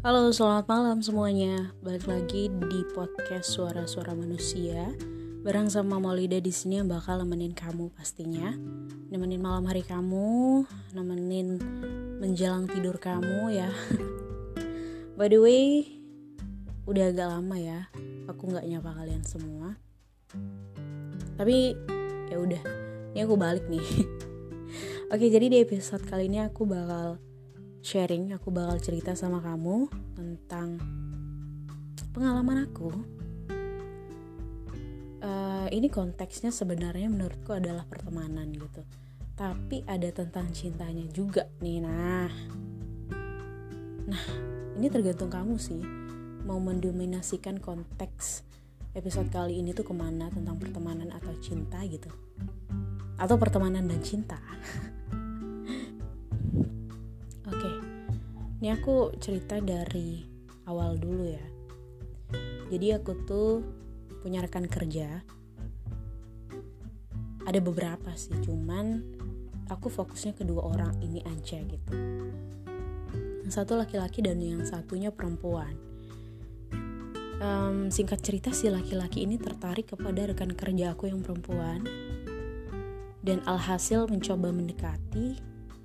Halo, selamat malam semuanya. Balik lagi di podcast Suara-suara Manusia. Bareng sama Maulida di sini yang bakal nemenin kamu pastinya. Nemenin malam hari kamu, nemenin menjelang tidur kamu ya. By the way, udah agak lama ya aku nggak nyapa kalian semua. Tapi ya udah, ini aku balik nih. Oke, jadi di episode kali ini aku bakal sharing, aku bakal cerita sama kamu tentang pengalaman aku. Ini konteksnya sebenarnya menurutku adalah pertemanan gitu, tapi ada tentang cintanya juga nih. Nah, ini tergantung kamu sih mau mendominasikan konteks episode kali ini tuh kemana, tentang pertemanan atau cinta gitu, atau pertemanan dan cinta. Oke, ini aku cerita dari awal dulu ya. Jadi aku tuh punya rekan kerja. Ada beberapa sih, cuman aku fokusnya kedua orang ini aja gitu. Yang satu laki-laki dan yang satunya perempuan. Singkat cerita, si laki-laki ini tertarik kepada rekan kerja aku yang perempuan. Dan alhasil mencoba mendekati.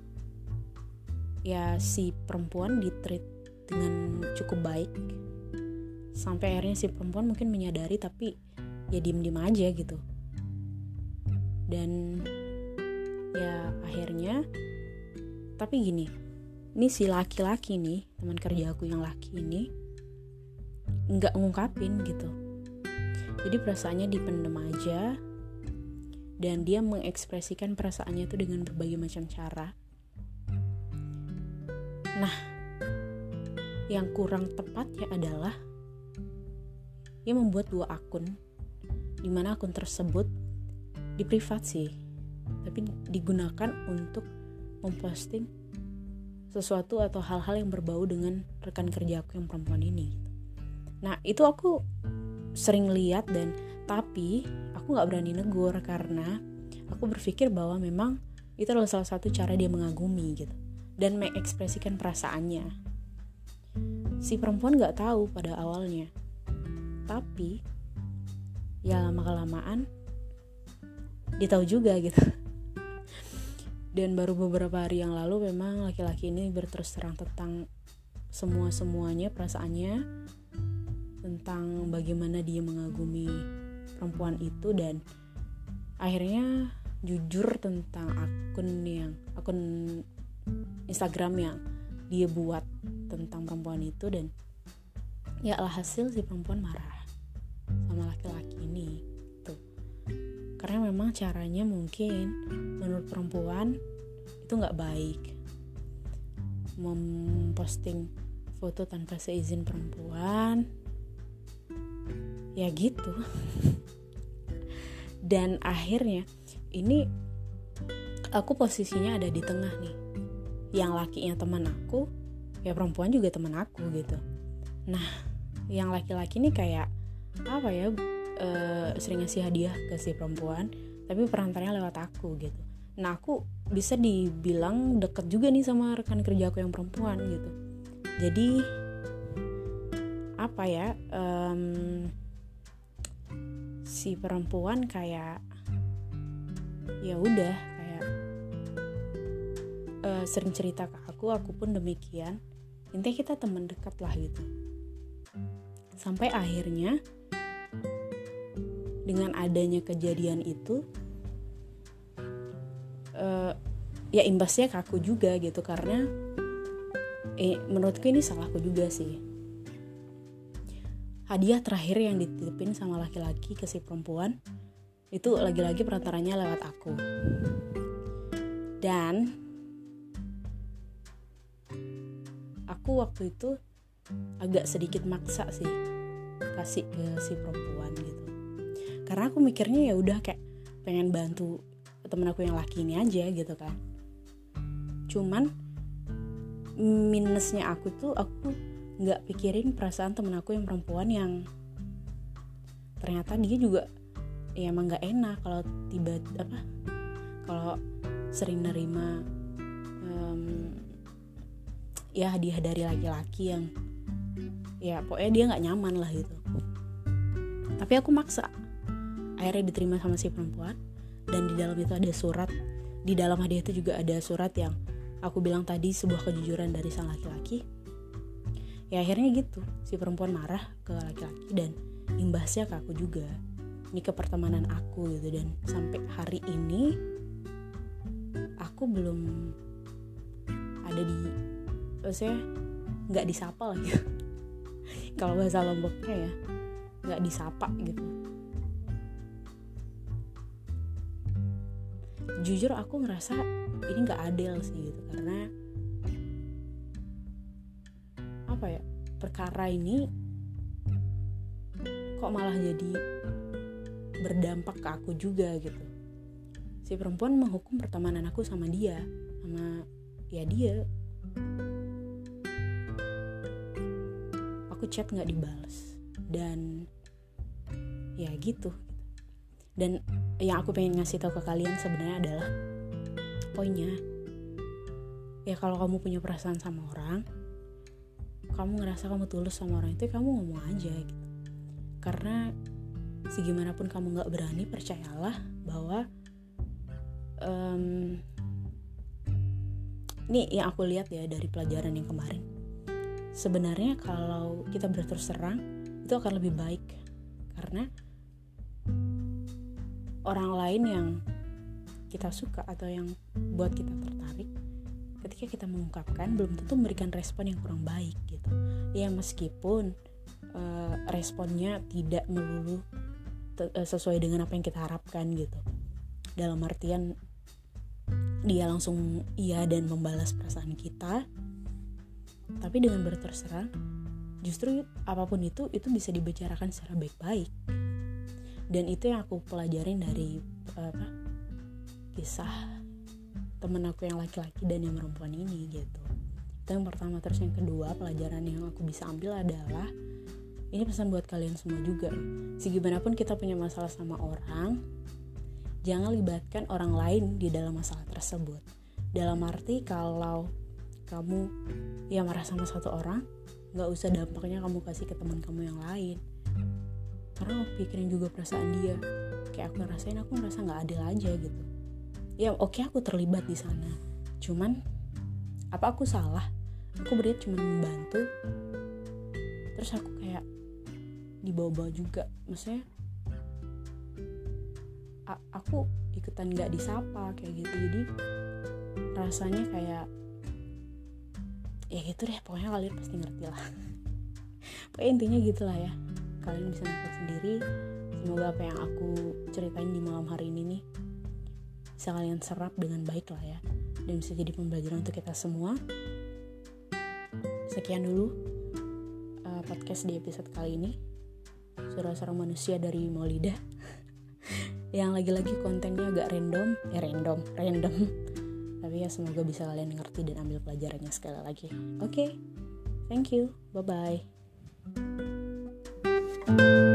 Ya, si perempuan ditreat dengan cukup baik. Sampai akhirnya si perempuan mungkin menyadari, tapi ya diem-diem aja gitu. Dan ya akhirnya, tapi gini, ini si laki-laki nih, teman kerja aku yang laki ini nggak ngungkapin gitu. Jadi perasaannya dipendem aja, dan dia mengekspresikan perasaannya itu dengan berbagai macam cara. Nah, yang kurang tepatnya adalah dia membuat 2 akun, di mana akun tersebut di privat sih, tapi digunakan untuk memposting sesuatu atau hal-hal yang berbau dengan rekan kerja aku yang perempuan ini. Nah, itu aku sering lihat, dan tapi aku nggak berani negur karena aku berpikir bahwa memang itu adalah salah satu cara dia mengagumi gitu dan mengekspresikan perasaannya. Si perempuan nggak tahu pada awalnya, tapi ya lama-kelamaan dia tahu juga gitu. Dan baru beberapa hari yang lalu memang laki-laki ini berterus terang tentang semuanya perasaannya, tentang bagaimana dia mengagumi perempuan itu, dan akhirnya jujur tentang akun Instagram yang dia buat tentang perempuan itu. Dan ya alhasil si perempuan marah sama laki-laki ini tuh, karena memang caranya mungkin menurut perempuan itu nggak baik, memposting foto tanpa seizin perempuan ya gitu. Dan akhirnya ini aku posisinya ada di tengah nih, yang lakinya teman aku, ya perempuan juga teman aku gitu. Nah, yang laki-laki ini kayak apa ya, sering ngasih hadiah ke si perempuan, tapi perantaranya lewat aku gitu. Nah, aku bisa dibilang deket juga nih sama rekan kerja aku yang perempuan gitu. Jadi apa ya, si perempuan kayak ya udah kayak sering cerita ke aku pun demikian. Intinya kita teman dekat lah gitu. Sampai akhirnya dengan adanya kejadian itu, ya imbasnya ke aku juga gitu, karena menurutku ini salahku juga sih. Hadiah terakhir yang dititipin sama laki-laki ke si perempuan itu lagi-lagi perantaranya lewat aku. Dan aku waktu itu agak sedikit maksa sih kasih ke si perempuan gitu, karena aku mikirnya ya udah kayak pengen bantu temen aku yang laki ini aja gitu kan. Cuman minusnya aku nggak pikirin perasaan temen aku yang perempuan, yang ternyata dia juga ya emang nggak enak kalau sering nerima ya hadiah dari laki-laki yang ya pokoknya dia nggak nyaman lah gitu. Tapi aku maksa, akhirnya diterima sama si perempuan. Dan di dalam itu ada surat, di dalam hadiah itu juga ada surat yang aku bilang tadi, sebuah kejujuran dari sang laki-laki. Ya akhirnya gitu, si perempuan marah ke laki-laki dan imbasnya ke aku juga. Ini ke pertemanan aku gitu. Dan sampai hari ini aku belum ada di, maksudnya nggak disapa lah gitu. Kalau bahasa Lomboknya ya, nggak disapa gitu. Jujur aku ngerasa ini nggak adil sih gitu, karena apa ya, perkara ini kok malah jadi berdampak ke aku juga gitu. Si perempuan menghukum pertemanan aku sama dia, sama ya dia. Aku chat nggak dibales dan ya gitu. Dan yang aku pengen ngasih tahu ke kalian sebenarnya adalah poinnya, ya kalau kamu punya perasaan sama orang, kamu ngerasa kamu tulus sama orang itu, kamu ngomong aja gitu. Karena segimanapun kamu gak berani, percayalah bahwa ini yang aku lihat ya dari pelajaran yang kemarin, sebenarnya kalau kita berterus terang itu akan lebih baik. Karena orang lain yang kita suka atau yang buat kita tertarik, ketika kita mengungkapkan belum tentu memberikan respon yang kurang baik gitu. Ya meskipun responnya tidak melulu sesuai dengan apa yang kita harapkan gitu. Dalam artian dia langsung iya dan membalas perasaan kita. Tapi dengan berterus terang, justru apapun itu bisa dibicarakan secara baik-baik. Dan itu yang aku pelajarin dari kisah temen aku yang laki-laki dan yang perempuan ini gitu. Itu yang pertama. Terus yang kedua, pelajaran yang aku bisa ambil adalah, ini pesan buat kalian semua juga, segimanapun kita punya masalah sama orang, jangan libatkan orang lain di dalam masalah tersebut. Dalam arti kalau kamu ya marah sama satu orang, gak usah dampaknya kamu kasih ke teman kamu yang lain. Karena aku pikirin juga perasaan dia. Kayak aku ngerasain, aku ngerasa gak adil aja gitu. Ya oke, aku terlibat di sana. Cuman apa aku salah? Aku berarti cuma membantu. Terus aku kayak dibawa-bawa juga. Maksudnya aku ikutan gak disapa kayak gitu. Jadi rasanya kayak ya gitu deh, pokoknya kalian pasti ngerti lah. Pokoknya intinya gitulah ya. Kalian bisa nangkep sendiri. Semoga apa yang aku ceritain di malam hari ini nih bisa kalian serap dengan baik lah ya, dan bisa jadi pembelajaran untuk kita semua. Sekian dulu podcast di episode kali ini, Suara-suara manusia dari Maulida. Yang lagi-lagi kontennya agak random. Tapi ya semoga bisa kalian ngerti dan ambil pelajarannya sekali lagi. Oke, thank you, bye-bye.